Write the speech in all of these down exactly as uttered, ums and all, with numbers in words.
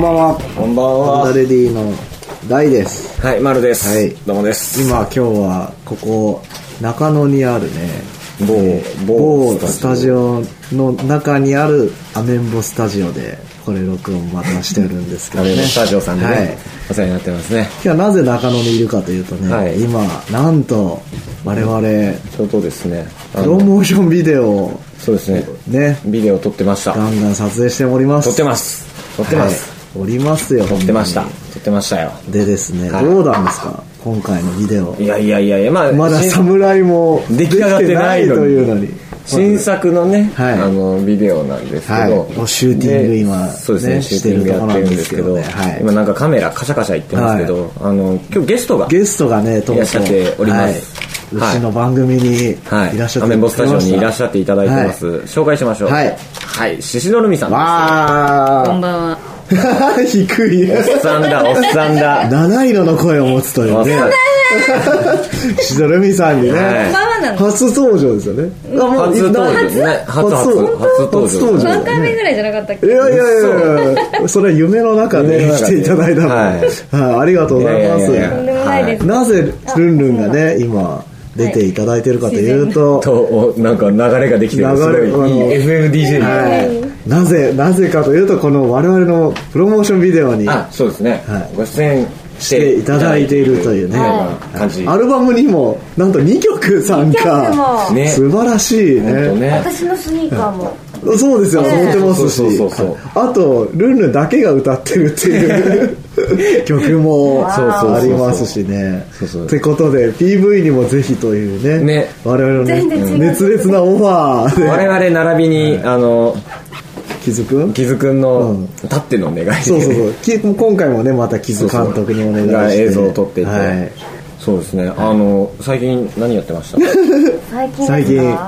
ばんは。 こんばんは。 ホンダレディの大です。 はい、丸です。 はい、 どうもです。 今今日はここ中野にあるね、 某、 えー、某スタジオの中にあるアメンボスタジオでこれ録音またしてるんですけどね。 アメンボスタジオさんでね、はい、お世話になってますね。 今日はなぜ中野にいるかというとね、はい、今なんと我々 ちょうどですね、 プロモーションビデオをそうですね、 ね、 ビデオを撮ってました。 ガンガン撮影しております。 撮ってます撮ってます、 はい、おりますよ。 撮ってました撮ってましたよ。 でですね、はい、どうなんですか今回のビデオ。 いやいやいやいや、まあ、 まだ侍も出来上がってないのにというのに新作のね、はい、あのビデオなんですけど、はい、 もうシューティング今、ね、 そうですね、シューティングやってるんですけど、ね、はい、今なんかカメラカシャカシャいってますけど、はい、あの今日ゲストがゲストがねいらっしゃっております。 はい、うちの番組にいらっしゃって、はい、アメンボスタジオにいらっしゃっていただいてます、はい、紹介しましょう。はいはい、シシドルミさんです。 わー、こんばんは。 低い。 おっさんだおっさんだ。 七色の声を持つというね。シドルミさんにね、はい、初登場ですよね。 初登場ですね。初初初登場。 何回目ぐらいじゃなかったっけ。 いやいやいや、それは夢の中で来ていただいたので、はい、ありがとうございます。 とんでもないです。 なぜルンルンがね今出ていただいてるかというと、 となんか流れができてる。流れ、すごいいい エフエムディージェーに。なぜなぜかというと、この我々のプロモーションビデオに、 あ、そうですね、はい、ご出演していただいているというね、 はい感じ。 アルバムにもなんとにきょく参加、ね、素晴らしい ね, ね。私のスニーカーもそうですよ、持ってますし、あとルンルンだけが歌ってるっていう曲もありますしね。ってことで ピーブイ にもぜひという ね, ね我々の、ね、熱烈なオファーで我々並びに、はい、あのキズくんキズくんのたってのお願いで、 そうそうそう、今回もねまたキズ監督にお願いして映像を撮っていて、はい、そうですね、あの最近何やってました最近最近、はい、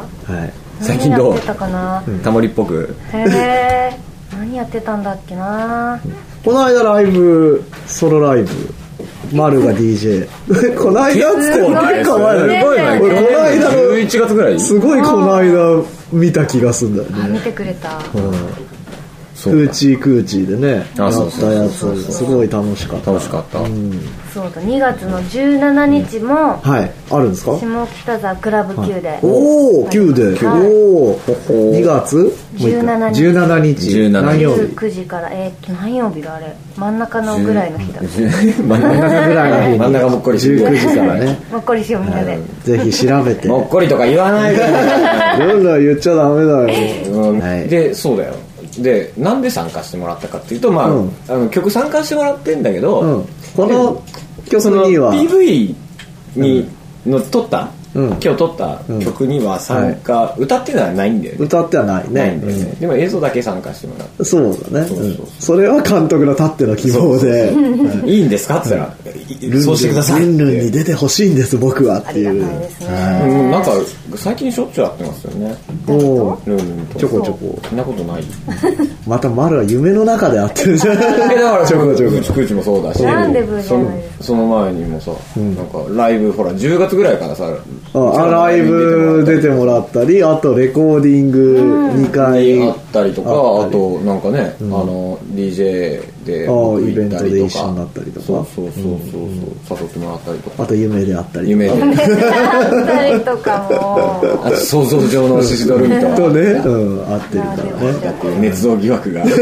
最近どう何やってたかな、 うん、タモリっぽく。 へえ何やってたんだっけな。 この間ライブソロライブマルが ディージェー この間っつっても結構前だよ。 すごい前、この間じゅういちがつぐらいすごいこの間見た気がするんだよね。 あ、見てくれた、うんクーチークーチーでねやったやつすごい楽しかった楽しかった、うん、 そうだにがつのじゅうしちにちも、うん、 はいあるんですか。 下北沢クラブ Q で、はい、 おお Q で、はい、おおにがつじゅうしちにちじゅうしちにち何曜日。 じゅうくじからえー、っと何曜日だあれ真ん中のぐらいの日だ真ん中ぐらいの日に真ん中もっこりじゅうくじからねもっこりしようみんなで、 ぜひ調べてもっこりとか言わないでどんどん言っちゃダメだよ、 うんはい、でそうだよ。でなんで参加してもらったかっていうと、まあうん、あの曲参加してもらってんだけど、うん、 この曲にはピーブイ にの撮った、うん、今日撮った曲には参加、うんはい、歌っていうのはないんだよね。 歌ってはないね。 ないんだよね、うん、でも映像だけ参加してもらって。 そうだね。そうそうそう、うん、それは監督のたっての希望でいいんですかって言ったら、うん、そうしてくださいって。 ルンルンに出てほしいんです僕はっていう。 ありがたいですね、 うん、なんか最近しょっちゅうやってますよね。 おルンルンとちょこちょこ。 そんなことないまた丸は夢の中で会ってるじゃん。だからちょこちょこクーチもそうだし、 ランデブーじゃないですか。 その前にもさ、うん、なんかライブほらじゅうがつぐらいからさ、 あライブ出てもらったり、あとレコーディングにかいあったりとか、あとなんかね、うん、あの ディージェー でイベントで一緒になったりとか、 そうそうそうそう、うん、誘ってもらったりとか、 あと夢であったりとか、 夢であったりとかも、 あと想像上のシシドルミととね、うん、合ってるからね。 だって捏造疑惑があ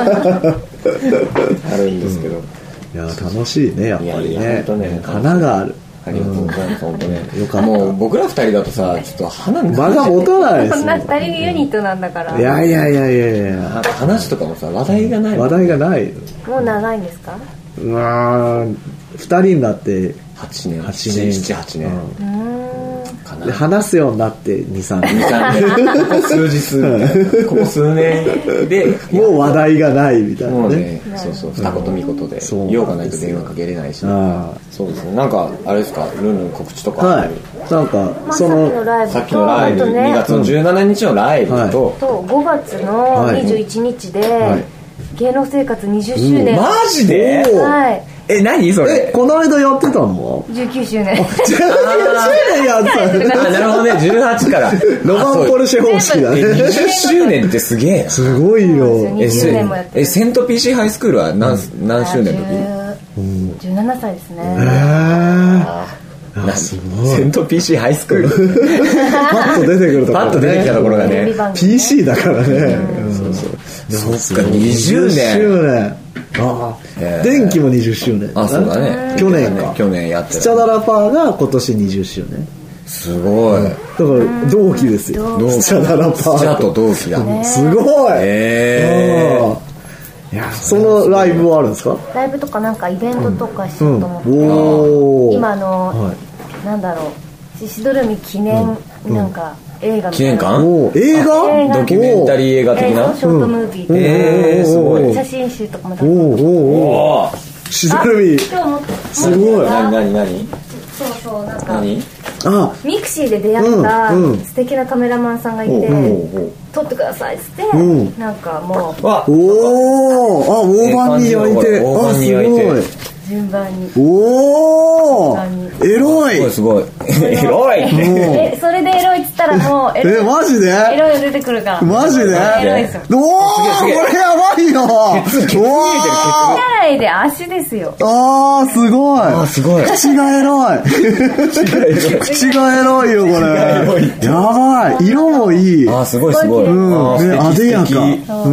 るんですけど、 いや楽しいねやっぱりね。 いやいや本当ね、 花がある。 ありがとうございます、うん、本当ね。 よかった。 もう僕ら二人だとさ、ちょっと花場が持たないですよ。 こんな二人ユニットなんだから。 いやいやいやいやいや。 話とかもさ話題がない。 話題がない。 もう長いんですか。 うわー二人になってはちねん、 はちねん、 ななはちねん、うんかな。で話すようになってにさんねん、 ここ数日数年ここ数年でもう話題がないみたいなね。 もうね、そうそう、二言三言で用がないと電話かけれないし、そうですね。なんかあれですか、ルンルン告知とか。 はい、なんかそのさっきのライブ、にがつのじゅうしちにちのライブと、 とごがつのにじゅういちにちで芸能生活にじゅっしゅうねん。 マジで？ はい。 え、何それ？ え、この間やってたの？ じゅうきゅうしゅうねん。 じゅうきゅうしゅうねんやってた。 あ、なるほどね、じゅうはちから。 ロマンポルシェ方式だね。 にじゅっしゅうねんってすげえな。 すごいよ。 にじゅうねんもやってる。 え、セント ピーシー ハイスクールは何、何周年の時？じゅうななさいですね。 へー。 あ、すごい。セント ピーシー ハイスクール。 パッと出てくるところね。 パッと出てきたところがね。 ピーシー だからね。そうそう。そっか、にじゅうねん。 にじゅっしゅうねん。ああ。電気もにじゅっしゅうねん。 あ、そうだね。 去年か。 去年やってた。 スチャダラパーが今年にじゅっしゅうねん。 すごい。だから同期ですよ。スチャダラパー。 スチャと同期だ。 すごい。 へー。 いや、そのライブはあるんですか？ ライブとかなんかイベントとかしようと思って、うんうん、今あの、はい、なんだろう、シシドルミ記念なんか映画みたいな、 記念館？ 映画？ ドキュメンタリー映画的なショートムービー、 えー、すごい。 写真集とかも出しておーシシドルミすごい。 何何何？ そうそう、なんか何？ あ、ミクシーで出会った素敵なカメラマンさんがいて、撮ってくださいっつって、なんかもう、 おお、あ、大判に焼いて、あ、すごい。 順番に。 おー、エロい。 すごいすごい。エロい。 え、それでエロいっつったらもう、 え、マジで？ エロいの出てくるから。 マジで？ エロいですよ。 おー、これやばいよ。 手洗いで足ですよ。 あー、すごい。 あ、すごい。 口がエロい。口がエロいよ、これ。やばい。色もいい。 あ、すごいすごい。 うん。あでやか。うん。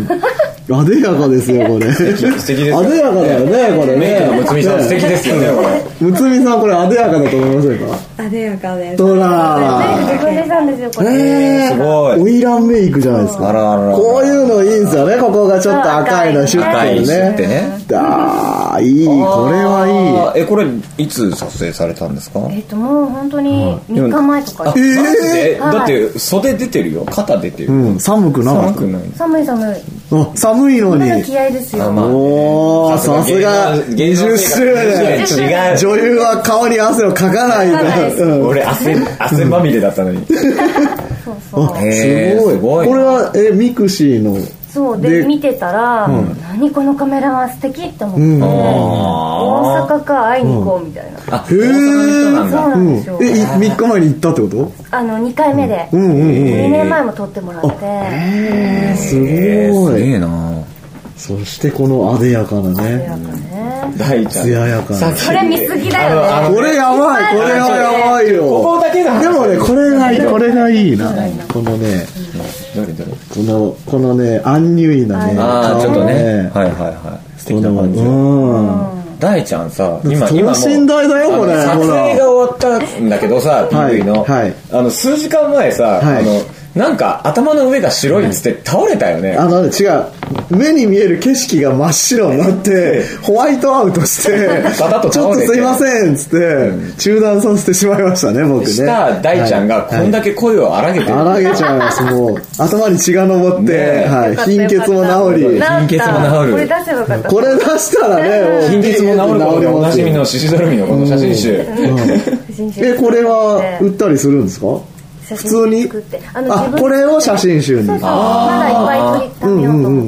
あでやかですよ、これ。 素敵ですよ。 あでやかだよね、これね。 メイクのむつみさん素敵ですよね、これ。むつみさん、これあでやかだと思いませんか？ あでやかです。 ほら。 メイク自分でしたんですよ、これ。 えー、すごい。 オイランメイクじゃないですか。 あらあら。 こういうのいいんですよね、ここがちょっと赤いの、シュッてね。 シュッてね。 あー、いい、これはいい。え、これ、いつ撮影されたんですか？ えっと、もう本当にみっかまえとか。 えー、だって、袖出てるよ。肩出てる。 うん、寒くなかった。 寒くない。 寒い寒い。 あ、寒いのに。 気合ですよ。 おー、さすがにじゅっしゅうねん。 違う。 女優は顔に汗をかかないと。 俺、汗、汗まみれだったのに。 そうそう。 すごい。これは、え、ミクシーの。 そうで見てたら、うん、何このカメラマン素敵って思って、うん、大阪か会いに行こうみたいな、 うん、あ、へえ、 そうなんですよ、 うん、え、みっかまえに行ったってこと？ あのにかいめで、 うんうんうんうん、 にねんまえも撮ってもらって、 へえ、すごい、 すげえな。 そしてこのあでやかなね、 あでやかね、 大ちゃん艶やかな、 これ見すぎだよね、これやばい、これはやばいよ、 ここだけだ。 でもね、これがいい、これがいいな、このね、 どれどれ、 このこのね、アンニュイなね、 ああ、ちょっとね、はいはいはい、素敵な感じ。大ちゃんさ、今今等身大だよこれ。 撮影が終わったんだけどさ、ピーブイ の、あの数時間前さ、あのなんか頭の上が白いっつって倒れたよね。 あの違う、目に見える景色が真っ白になってホワイトアウトしてちょっとすいませんっつって中断させてしまいましたね、僕ね。 した大ちゃんがこんだけ声を荒げてる、 荒げちゃいます。もう頭に血が上って、はい、貧血も治り、 貧血も治る。 これ出せばよかった。 これ出したらね、 貧血も治ることでおなじみのシシドルミのこの写真集。 え、これは売ったりするんですか？普通にあ、これを写真集に。 そうそう、まだいっぱい撮りためようと思って、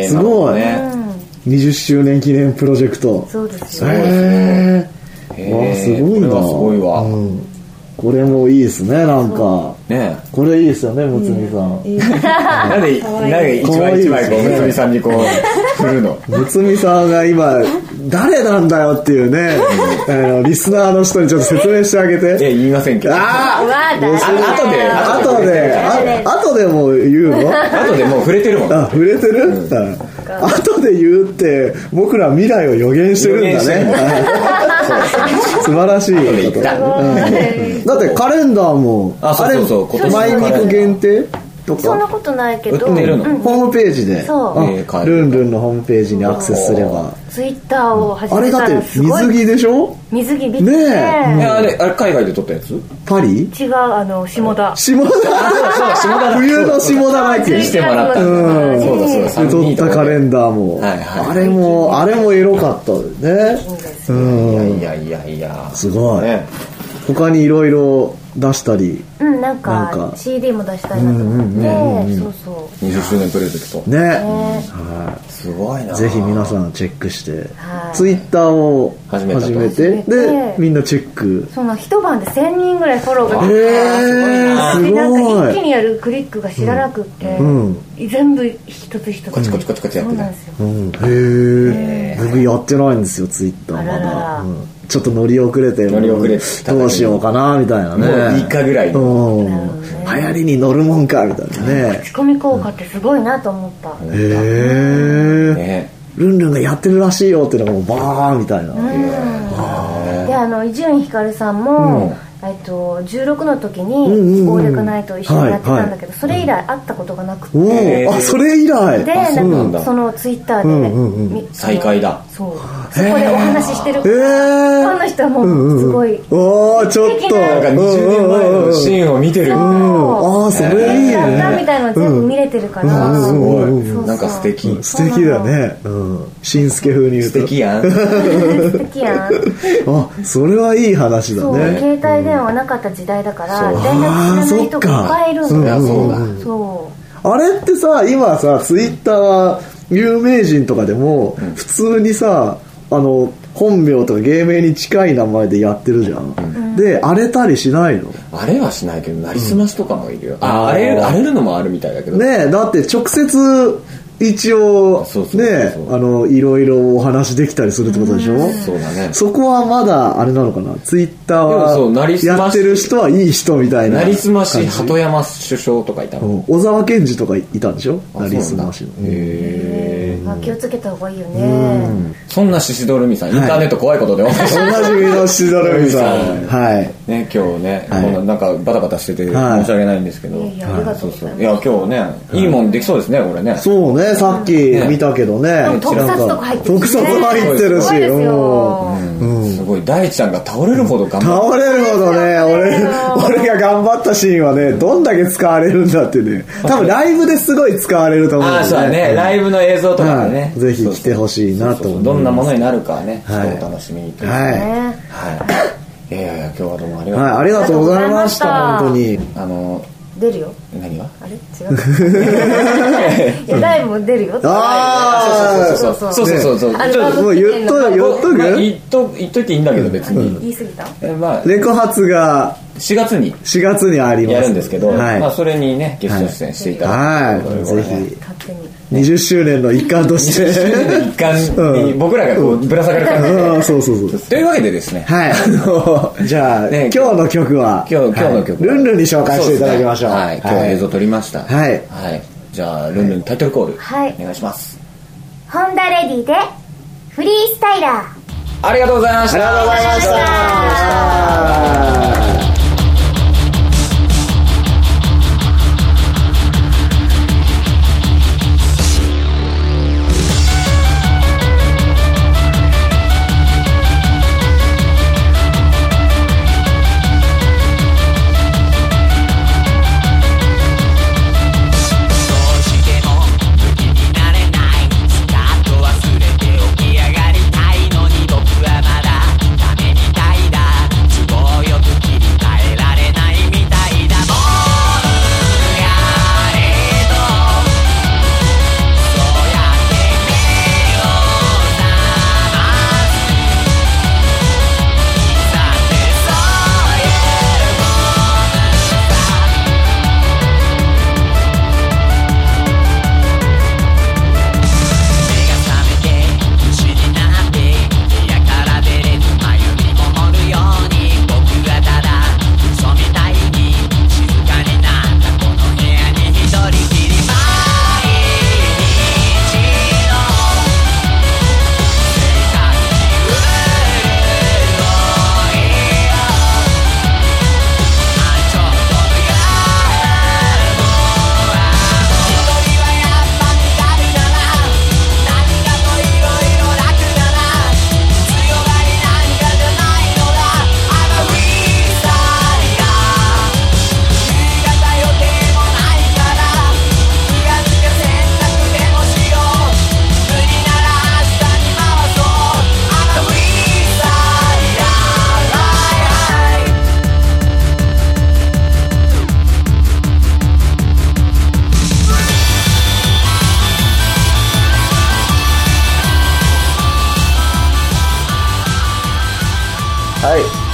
すごいね、にじゅっしゅうねん記念プロジェクト。 そうですよ。 へえ、わ、すごいな。 すごいわ。 これもいいですね、なんかね。これいいですよね、むつみさん。 なんでなんで一枚一枚こうむつみさんにこう振るの？ むつみさんが今誰なんだよっていうね、あのリスナーの人にちょっと説明してあげて。 いや、言いませんけど。 ああ、 後で後で後でも言うの？ 後でもう触れてるもん。 あ、触れてる？後で言うって僕ら未来を予言してるんだね。素晴らしいこと。だってカレンダーもあれそうそう、 毎日限定とかそんなことないけど、 売ってるの、 うん、 ホームページで、 そうルンルンのホームページにアクセスすれば、 ツイッターを始めたらあれだって水着でしょ？ 水着ビッグねえ、 あれあれ海外で撮ったやつ？ パリ？ 違う、あの下田。 下田。冬の下田だけしてもらった。うん、そうだそうだ。 撮ったカレンダーも、あれもあれもエロかったね。 うん。いやいやいやいや。 すごい。他にいろいろ出したり、 うん、なんか なんか シーディー も出したいなと思って、うんうん、そうそうにじゅっしゅうねんプロジェクトね、ね、 はい、すごいな。 ぜひ皆さんチェックして、はい、ツイッターを始めてでみんなチェック、 その一晩でせんにんぐらいフォローが出て、えー、すごいな。なんか一気にやるクリックが知らなくって、うんうん、全部一つ一つコチコチコチコチやってた。そうなんですよ、うん、 へえ、僕やってないんですよツイッターまだ。あららら、うん、ちょっと乗り遅れて乗り遅れてどうしようかなみたいなね。 もういいかぐらいの、うん、 流行りに乗るもんかみたいなね。 口コミ効果ってすごいなと思った。へえ、ね、ルンルンがやってるらしいよっていうのがもうバーンみたいな。うん、 で、あの伊集院光さんも、うんえっと、じゅうろくの時に「オールデクナイト」一緒にやってたんだけど、それ以来会ったことがなくて、 うん、あ、それ以来で、なんかそのツイッターで、うんうんうん、 再会だ。 そうそこでお話ししてるから、ファンの人はもうすごい、 うんうん、おーちょっとなんかにじゅうねんまえのシーンを見てる、うん、 ああそれいいねみたいなの全部見れてるから、 うん、すごいなんか素敵、うん、 素敵だね、うん、しんすけ風に言うと素敵やん素敵やんあ、それはいい話だね。 そう、携帯電話なかった時代だから、連絡知らない人がいっぱいいるんだよ。 そうだ、 そう。 あれってさ、今さツイッターは有名人とかでも普通にさ、あの本名とか芸名に近い名前でやってるじゃん、うん、で荒れたりしないの？ 荒れはしないけどなりすましとかもいるよ、うん、あ荒れる、荒れるのもあるみたいだけどね。だって直接一応ね、あのいろいろお話できたりするってことでしょ、うん、 そうだね。 そこはまだあれなのかな、ツイッターはやってる人はいい人みたいな。 なりすまし鳩山首相とかいたの、 うん、小沢健二とかいたんでしょ、なりすましの。 へー、気をつけた方がいいよね、 うん、そんなシシドルミさん、インターネット怖いことでおなじみのシシドルミさんはいね、今日ね、はい、もうなんかバタバタしてて申し訳ないんですけど、はい、いやいやありがとうございます。いや今日ね、はい、いいもんできそうですねこれね。 そうね、さっき、ね見たけどね。 特撮とか入ってるし、ね、 特撮入ってるし、すごいですよ、 うんうん、すごい大ちゃんが倒れるほど頑張って、倒れるほどね、俺俺が頑張ったシーンはね、どんだけ使われるんだってね、多分ライブですごい使われると思うんで、ね、 ああそうだね、ライブの映像とかでね、 はい、ぜひ来てほしいなと思う。そうそうそう、 どんなものになるかはね、はい、お楽しみにというはい、はいいやいやいや、今日はどうもありがとう、 はい、ありがとうございました。本当にあの出るよ。 何が？ あれ違う。いやライブも出るよ。 ああ、そうそうそうそうそうそう。 ちょっともう言っと言っとく？ 言っと言っといていいんだけど別に。 言い過ぎた？ えまあレコ発がしがつにしがつにあります。 やるんですけど、 はい、 まあそれにねゲスト出演していただく、 はい、ぜひ勝手ににじゅっしゅうねんの一環として、にじゅっしゅうねんの一環に僕らがこうぶら下がる感じで、うん、そうそうそう。 というわけでですね。 はい。あのじゃあ、ね、今日の曲は今日今日の曲、 はい、ルンルンに紹介していただきましょう。 はい。今日は映像撮りました。 はい。 はい。じゃあルンルンタイトルコール、 はい、 お願いします。 ホンダレディでフリースタイラー。 ありがとうございました。 ありがとうございました。 「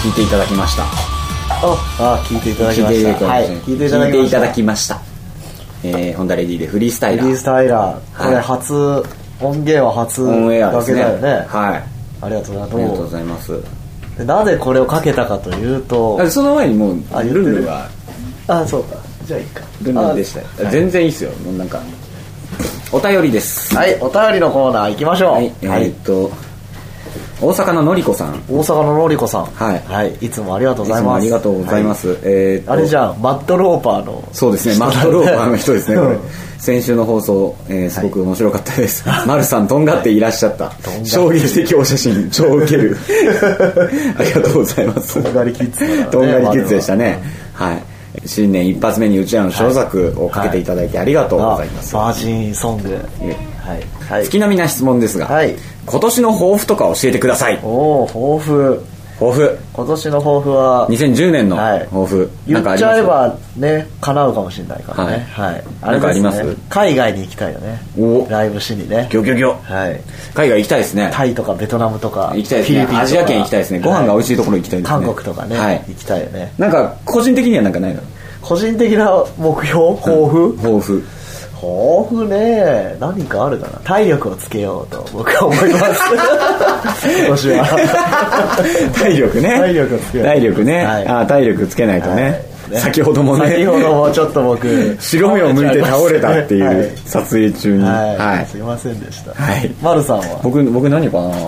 聞いていただきました。 ああ聞いていただきました。はい、 聞いていただきました。聞いていただきました。えー、ホンダレディでフリースタイラー。 フリースタイラー。これ初、はい、音源は初オンエアだけだよね。 はい。 ありがとうございます。 ありがとうございます。 でなぜこれをかけたかというと、 その前にもうルンルが、 あ、そうか。じゃあいいか。 ルンルでした。全然いいっすよ。もうなんかお便りです。 はい、お便りのコーナー行きましょう。はい、 えー、っと。大阪ののりこさん。 大阪ののりこさん。 はい。 はい。いつもありがとうございます。 いつもありがとうございます。はい、えー、 あれじゃん、マッドローパーの。 そうですね、マッドローパーの人ですね、これ。先週の放送、えー、すごく面白かったです。はい、マルさん、とんがっていらっしゃった。はい、衝撃的お写真、超ウケる。ありがとうございます。 とんがりキッズ、 ね。とんがりキッズでしたね。はい。新年一発目にうちらの小作をかけていただいてありがとうございます。 はい、バージンソング。 はい。はい、月並みな質問ですが、はい、今年の抱負とか教えてください。 おお、抱負。 抱負。 今年の抱負はにせんじゅうねんの抱負。はい、 言っちゃえばね、叶うかもしれないからね。はい。はい、 あれですね、なんかあります？ 海外に行きたいよね。おライブしにね。 ギョギョギョ。 はい。 海外行きたいですね。 タイとかベトナムとか行きたいですね。フィリピンとかアジア圏行きたいですね。ご飯が美味しいところ行きたいですね。 韓国とかね、はい、行きたいよね。 なんか個人的にはなんかないの？ 個人的な目標、抱負、 うん、抱負抱負ね、何かあるかな。体力をつけようと僕は思います今年は体力ね、 体力をつけよう、 体力ね、はい、あ、体力つけないとね、はい、先ほどもね、 先ほどもちょっと僕白目を向いて倒れたっていう、はい、撮影中に、 はいはい、すいませんでした。 はい、 丸さんは？ 僕僕何かな、はい、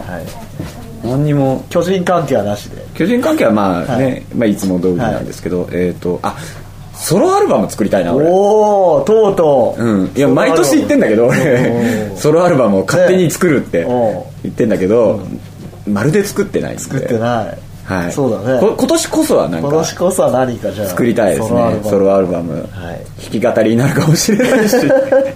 何にも。 巨人関係はなしで。 巨人関係はまあね、はい、まあ、いつも通りなんですけど、はい、えっ、ー、とあソロアルバム作りたいな俺。 おお、とうとう。 うん。いや毎年言ってんだけど俺ソロアルバムを勝手に作るって言ってんだけど、うん、まるで作ってないんで。 作ってない。 はい。 そうだね。 今年こそはなんか。 今年こそは何かじゃあ作りたいですね。ソロアルバム。はい。弾き語りになるかもしれないし。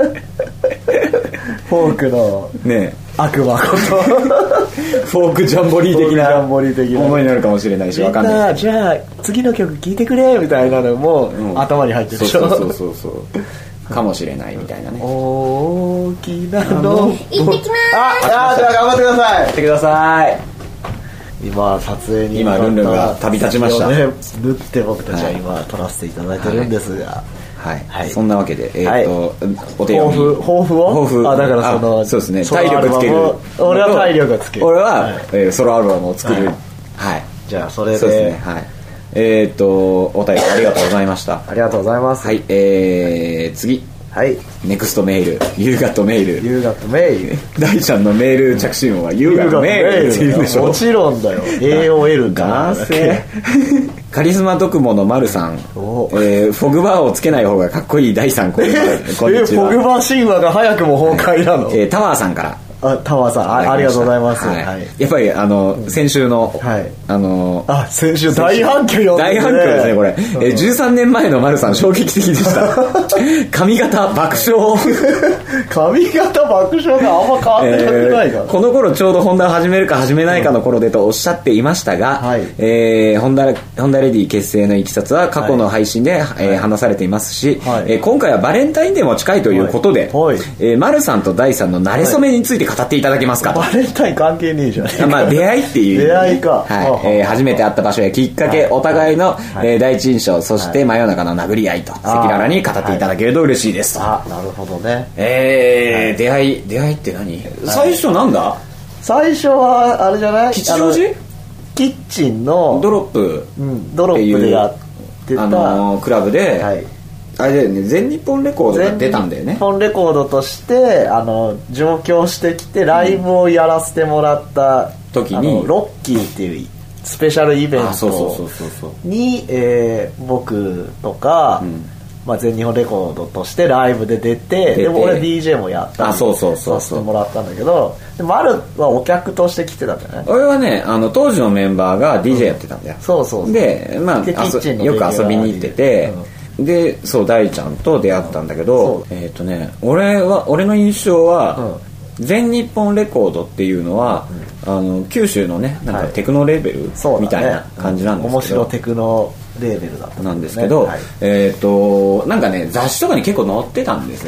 フォークのね悪魔ことフォークジャンボリー的なものになるかもしれないし、わかんない。 じゃあ次の曲聴いてくれみたいなのも、うん、頭に入ってるでしょ。 そうそうそうそうかもしれないみたいなね。 大きなの行ってきまーす。 ああ、じゃあ頑張ってください。 行ってください。 今撮影に今ルンルンが旅立ちました。 ね、縫って僕たちは今撮らせていただいてるんですが。 はい、はい、そんなわけで、えーと、はい、お手抱負、抱負を抱負、 あ、だからその、 そうですね、体力つける。 俺は体力つける。 俺は、はい、えー、ソロアルバムを作る。はい。 はい、じゃあ、それで。 そうですね、はい。えーと、お便りありがとうございました。 ありがとうございます。 はい、えー、次。 はい。 ネクストメール、ユーガットメール。 ユーガットメール。 大ちゃんのメール着信音はユーガットメールって言うんでしょ。 もちろんだよ。エーオーエル か。 カリスマドクモのマルさん、えー、フォグバーをつけない方がかっこいい第三こんにちは。 え、フォグバー神話が早くも崩壊なの？ えー、タワーさんから。 あ、タワーさん あ, ありがとうございます、はいはい、やっぱりあの、うん、先週の、 はい、 あのあ先週大反響よ、 ね、大反響ですねこれ、うん、えー、じゅうさんねんまえの丸さん衝撃的でした髪型爆笑髪型爆笑があんま変わってなくないか、 えー、この頃ちょうどホンダを始めるか始めないかの頃でとおっしゃっていましたが、はい、えー、ホンダホンダレディ結成のいきさつは過去の配信で、はい、えー、話されていますし、はい、えー、今回はバレンタインデーも近いということで、はいはい、えー、丸さんと大さんの馴れ初めについて語っていただけますかと。 バレンタイン関係ねえじゃん。 まあ出会いっていう、ね、 出会いか、 はい、えー、初めて会った場所やきっかけ、はい、お互いの、はい、えー、第一印象、そして真夜中の殴り合いと赤裸々に語っていただけると嬉しいです。 あ、なるほどね。 えー、はい、出会い出会いって何、はい、最初なんだ。 最初はあれじゃない、 吉祥寺キッチンのドロップ、 うん、ドロップでやってた、 あのー、クラブで、はい、あれだよね、全日本レコードが出たんだよね。 全日本レコードとしてあの上京してきてライブをやらせてもらった時に、 うん、ロッキーっていうスペシャルイベントに僕とか、うん、まあ、全日本レコードとしてライブで出て、でも俺 ディージェー もやったんでさせてもらったんだけど、でも丸はお客として来てたんだよね。 俺はね、あの当時のメンバーが ディージェー やってたんだよ、うん、そうそうそう。で、まあ、でよく遊びに行ってて、うん、でそう大ちゃんと出会ったんだけど、うん、えっ、ー、とね俺は俺の印象は、うん、全日本レコードっていうのは、うん、あの九州のねなんかテクノレーベル、はい、みたいな感じなんですけど、 面白テクノレーベルだった、ね、 なんですけど、はい、えっ、ー、となんかね雑誌とかに結構載ってたんですよね。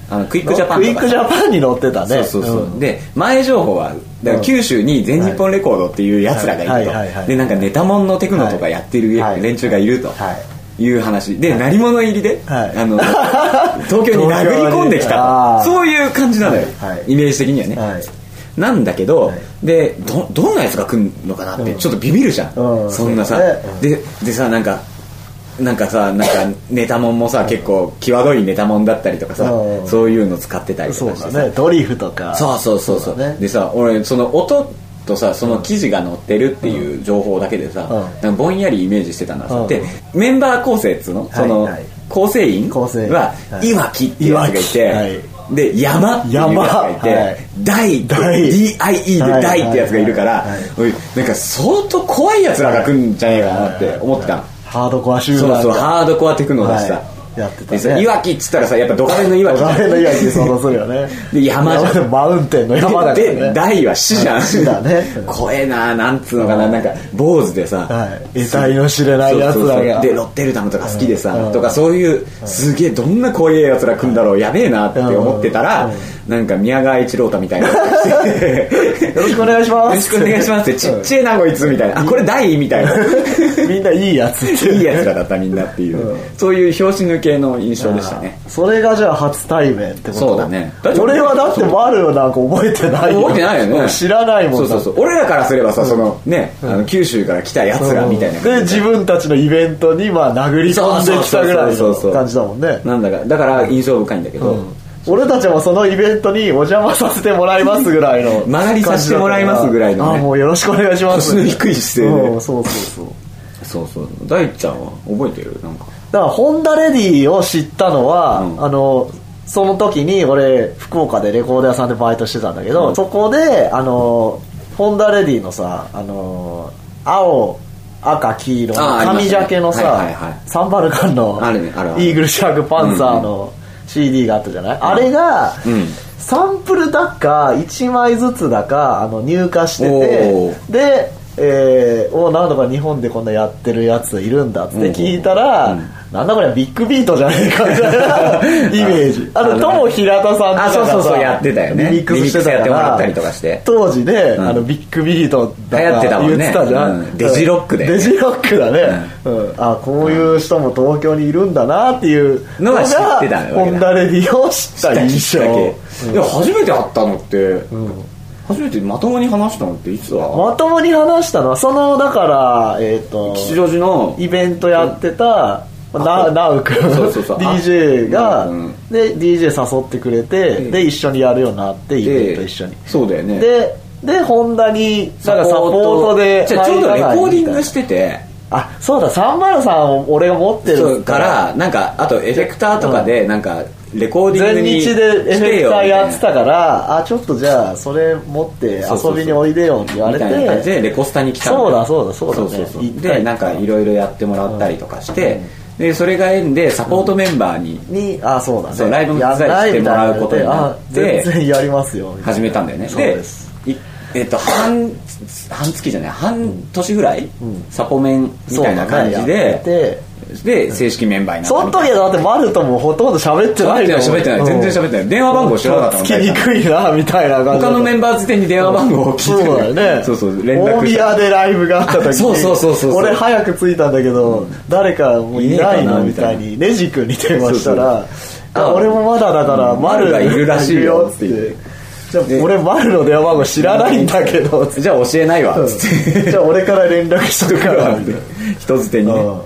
あのクイックジャパンとか、 クイックジャパンに乗ってたね。 そうそうそう、うん、で前情報はだから九州に全日本レコードっていうやつらがいると、でなんかネタモンのテクノとかやってる連中がいるという話で、鳴り物入りで、はい、あの東京に殴り込んできたと、そういう感じなのよ、はい、イメージ的にはね、はい、なんだけど、はい、で ど, どんなやつが来るのかなってちょっとビビるじゃん、うん、そんなさ、うん、で, でさなんかなんかさなんかネタモンもさ結構際どいネタモンだったりとかさ、うん、そういうの使ってたりとかしてさ、 そうだね、ドリフとか、 そうそうそうそう、ね、でさ俺その音とさその記事が載ってるっていう情報だけでさ、うん、なんかぼんやりイメージしてたんださ、うん、でメンバー構成っつうの、その、はいはい、構成員はいわきっていうやつがいて、はい、で山っていうやつがいて、はい、大 ディーアイイー で大ってやつがいるから、はいはいはい、なんか相当怖いやつらが来るんじゃねえかなって思ってたの、 ハードコア集団、 そうそうハードコアテクノだしさ、はい、 やってたね、 いわきっつったらさやっぱドカベンのいわきドカベンのいわき想像するよねで山じゃん、 マウンテンの山だからね、 で大は死じゃん、 死だね怖えな、なんつうのかな、なんか坊主でさ、 はい、得体の知れないやつらが、そうそうそう、 でロッテルダムとか好きでさ、うん、とかそういうすげえどんな怖いやつら来るんだろう、やべえなって思ってたら、うん、なんか宮川一郎太みたいなよろしくお願いします、 よろしくお願いしますってちっちゃいなこいつみたいな、あこれ大みたいなみんないいやつっていいやつらだったみんなっていう、うん、そういう拍子抜けの印象でしたね。 それがじゃあ初対面ってこと？ そうだね。 俺はだって丸なんか覚えてないよ。 覚えてないよね。 知らないもん。 そうそうそう。俺らからすればさ、そのね、あの九州から来たやつらみたいな、 うん、で自分たちのイベントにまあ殴り込んできたぐらいの感じだもんね。 なんだかだから印象深いんだけど、うん、 俺たちもそのイベントにお邪魔させてもらいますぐらいの曲がりさせてもらいますぐらいの、ね、 あもうよろしくお願いします。 腰の低い姿勢で、 うん、そうそうそうそうそう。大ちゃんは覚えてる？なんかだからホンダレディを知ったのは、うん、あのその時に俺福岡でレコード屋さんでバイトしてたんだけど、うん、そこであのホンダレディのさあの青赤黄色の紙ジャケのさ、はいはいはい、サンバルカンのあるね、あるあるイーグルシャークパンサーの シーディー があったじゃない、うん、あれが、うん、サンプルだかいちまいずつだかあの入荷してて、でえー、おなんだか日本でこんなやってるやついるんだって聞いたら、うんうん、なんだこれビッグビートじゃねえかみたいなイメージ。あの友平田さんとかがさ、そうそうそうやってたよね。 リミックスしてたから、リミックスやってもらったりとかして、当時ね、うん、あのビッグビートだ流行ってたもんね。 言ってたじゃん。 うん、デジロックで。 デジロックだね。うんうん、あこういう人も東京にいるんだなっていうのが知ってたホンダレディを知った印象。 うん、いや初めて会ったのって。うん初めてまともに話したのっていつだ？ まともに話したのはそのだからえっ、ー、と吉祥寺のイベントやってたななうくんそうそうそう ディージェー がで ディージェー 誘ってくれてで一緒にやるようになってイベント一緒にそうだよねででホンダになんかサポートでじゃあちょうどレコーディングしててあそうださんまるさんを俺が持ってるからなんかあとエフェクターとかでなんかレコーディングに全日でエフェクターやってたからあちょっとじゃあそれ持って遊びにおいでよって言われてみたいな感じでレコスタに来たのそうだそうだそうだねそうそうそうでなんかいろいろやってもらったりとかして、うん、でそれが縁でサポートメンバーに、 うん、にあそうだねそうライブの手伝いしてもらうことになって全然やりますよ始めたんだよねそうですえっと半半月じゃない半年ぐらい、うん、サポメンみたいな感じでで正式メンバーになったその時はだってマルともほとんど喋ってないよ喋ってない全然喋ってない電話番号知らなかったもんつきにくいなみたいな感じ他のメンバー自体に電話番号を聞いてそうだよねそうそう連絡大宮でライブがあった時にそうそうそうそう俺早く着いたんだけど、うん、誰かもういないのみたいにネジ君に電話したらあ俺もまだだからマルがいるらしいよって言ってじゃあ俺マルの電話番号知らないんだけどじゃあ教えないわつってじゃあ俺から連絡しとくから人づてにね、はい、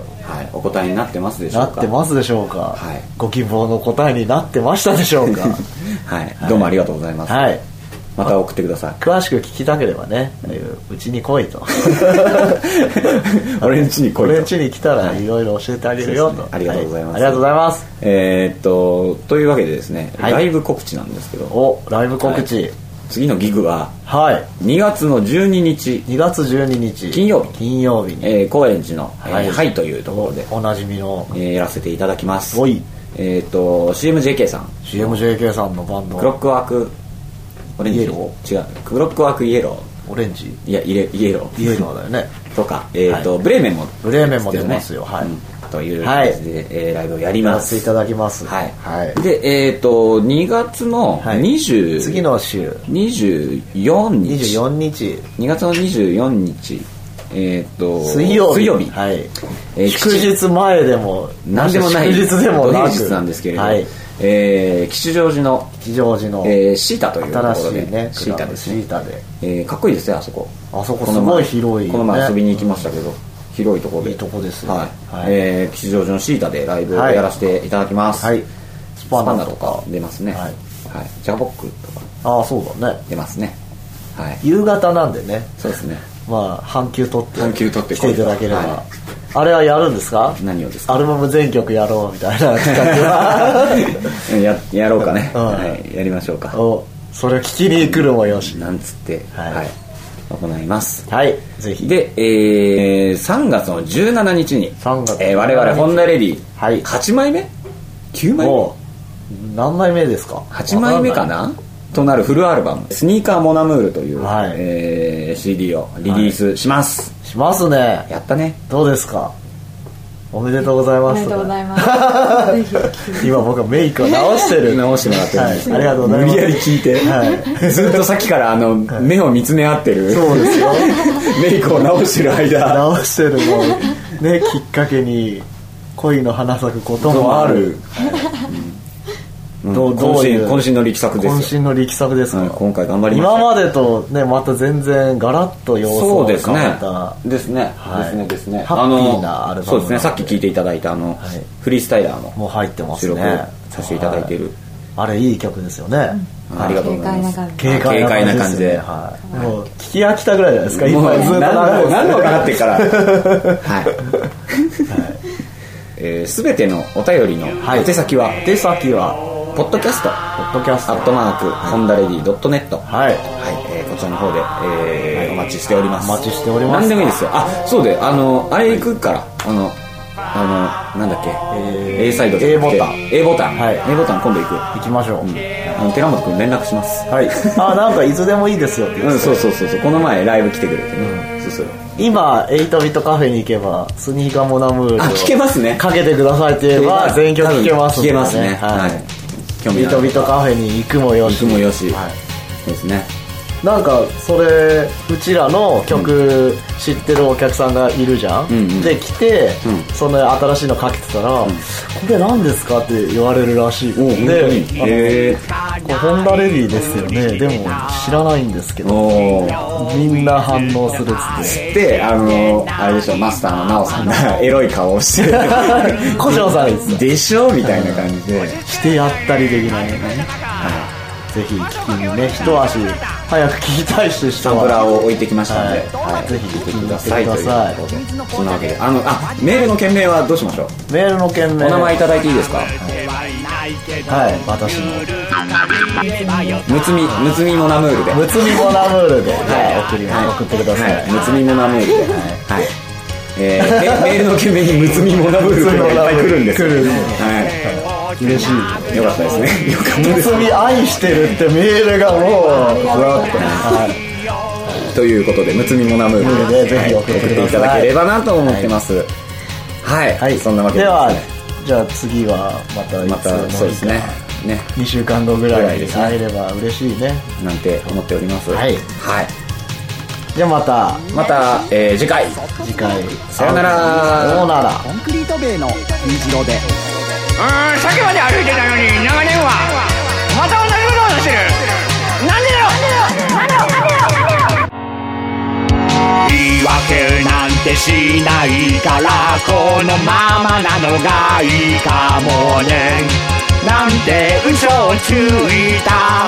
お答えになってますでしょうかなってますでしょうか、はい、ご希望の答えになってましたでしょうかはい、どうもありがとうございます、はい、また送ってください詳しく聞きたければねうちに来いと俺ん家に来いと俺ん家に来たらいろいろ教えてあげるよと、 ね、ありがとうございます、 はい、ありがとうございますえー、っとというわけでですね、はい、ライブ告知なんですけどおライブ告知、はい次のギグははいにがつのじゅうににちにがつじゅうににち金曜日金曜日に、 えー、高円寺の、はいえー、はいというところでおなじみの、 えー、やらせていただきますおいえっ、ー、と シーエムジェーケー さんシーエムジェーケー さんのバンドクロックワークオレンジイエロー違うクロックワークイエローオレンジいやイエイエローイエローだよねとか、えーとはい、ブレーメンもブレーメンも出ますよ、はい、うん、 という感じで、はいえー、ライブをやります。 やっていただきます。 はい。はい、で、えっ、ー、と、にがつのにじゅう、はい、 次の週。 にじゅうよっか。 にじゅうよっか。 にがつのにじゅうよっか。えっ、ー、と、 水曜日。 水曜日。 はい。えー、祝日前でも、 何でもない。 祝日でもなく。 平日なんですけれども。はいえー、吉祥寺の吉祥寺の、 えー、シータというところで、 ね、 シータですね。 シータで、 えー、かっこいいですねあそこ。 あそこすごい広い、ね、 この前遊びに行きましたけど、広いところでいいとこですね。 はい。はい、えー、吉祥寺のシータでライブをやらせていただきます。はい。スパナとか出ますね。はい。はい。ジャボックとか。 ああそうだね。 出ますね。はい。 夕方なんでね。 そうですね。 まあ半休取って半休取って来ていただければ。はいあれはやるんですか？ 何をですか？ アルバム全曲やろうみたいな企画はや, やろうかね、うんはい、やりましょうか。 おそれを聞きに来るもよしなんつって、はいはい、行いますはいぜひで、えー、さんがつのじゅうしちにちにさんがつえー、我々ホンダレディ、はい、はちまいめきゅうまいめ何枚目ですか？ はちまいめかなとなるフルアルバムスニーカーモナムールという、はいえー、シーディー をリリースします、 はい、しますね。 やったね。 どうですか？おめでとうございます。 おめでとうございます今僕はメイクを直してる直してもらってるんです、 はい、ありがとうございます。 無理やり聞いて、はい、ずっとさっきからあの、はい、目を見つめ合ってるそうですよメイクを直してる間直してるのねきっかけに恋の花咲くこともあるうん、どうどういう渾身の力作です渾身の力作ですか、うん、 今回頑張りました。 今までとねまた全然ガラッと様相が変わったですねですねですねハッピーなアルバムそうですね。さっき聞いていただいたあの、はい、フリースタイラーのもう入ってますね。 収録させていただいている、 はい、あれいい曲ですよね、 うん、ありがとうございます。 軽快な感じで、はい、もう聞き飽きたぐらいじゃないですか。今ずっと何度かかってからはい、はいえー、全てのお便りの宛先は、 はい、宛先はポッドキャストポッドキャストアットマークホンダレディドットネットはい、はいえー、こちらの方で、えーはい、お待ちしております。 お待ちしております。 何でもいいですよ。あそうであのあれ行くからあのあのなんだっけ、えー、A サイドで A ボタン A ボタン、 はい、 A ボタン今度行く行きましょう、うん、 あの寺本君連絡します。 はいあなんかいつでもいいですよって言って、 うん、そうそうそうそうこの前ライブ来てくれてね、うん、そうそう今エイトビットカフェに行けばスニーカーモナムールを聞けますね。 かけてくださいって言えば全曲聞けますね。聞けますね。 はい、ビトビトカフェに行くもよし行くもよし、はい、そうですね。 なんかそれうちらの曲知ってるお客さんがいるじゃん、うんうん、で来て、うん、その新しいのかけてたら、うん、これ何ですかって言われるらしい。で、えー、これホンダレディですよね。でも知らないんですけどみんな反応するっつってであのあれでしょマスターのナオさんがエロい顔をして小城さんですでしょみたいな感じでしてやったりできないよね、はいぜひ聞きにね一足早く聞きたいしサンプラーを置いてきましたので、はいはい、 ぜひ聞いてくださいということでそんなわけであのあメールの件名はどうしましょう。 メールの件名お名前いただいていいですか。はい、 はい、私のむつみむつみモナムールでむつみモナムールで、はい、送り、はい、送ってください、 はい、むつみモナムールで、はいはいえー、メールの件名にむつみモナムールがいっぱい来るんです。 来る、 はい嬉しい。 よかったですね。よかったです。 むつみ愛してるってメールがもうわーっと、はい、 ということでむつみモナムールでぜひ送っていただければなと思ってます。はい、はい、そんなわけで、 ね、ではじゃあ次はまたまたそうですね。ねにしゅうかんごぐらいに会えれば嬉しいね。 なんて思っております。 はいはい。 じゃあまたまた、えー、次回次回さよならさよなら。 コンクリート塀の虹色でうーんさっきまで歩いてたのに長年はまた同じことをしてる。なんでだろうなんでだろうなんでだろうなんでだろう言い訳なんてしないからこのままなのがいいかもねなんて嘘をついた。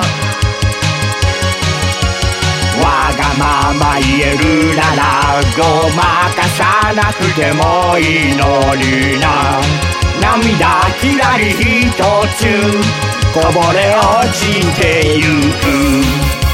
わがまま言えるならごまかさなくてもいいのにな。涙きらりひとつこぼれ落ちてゆく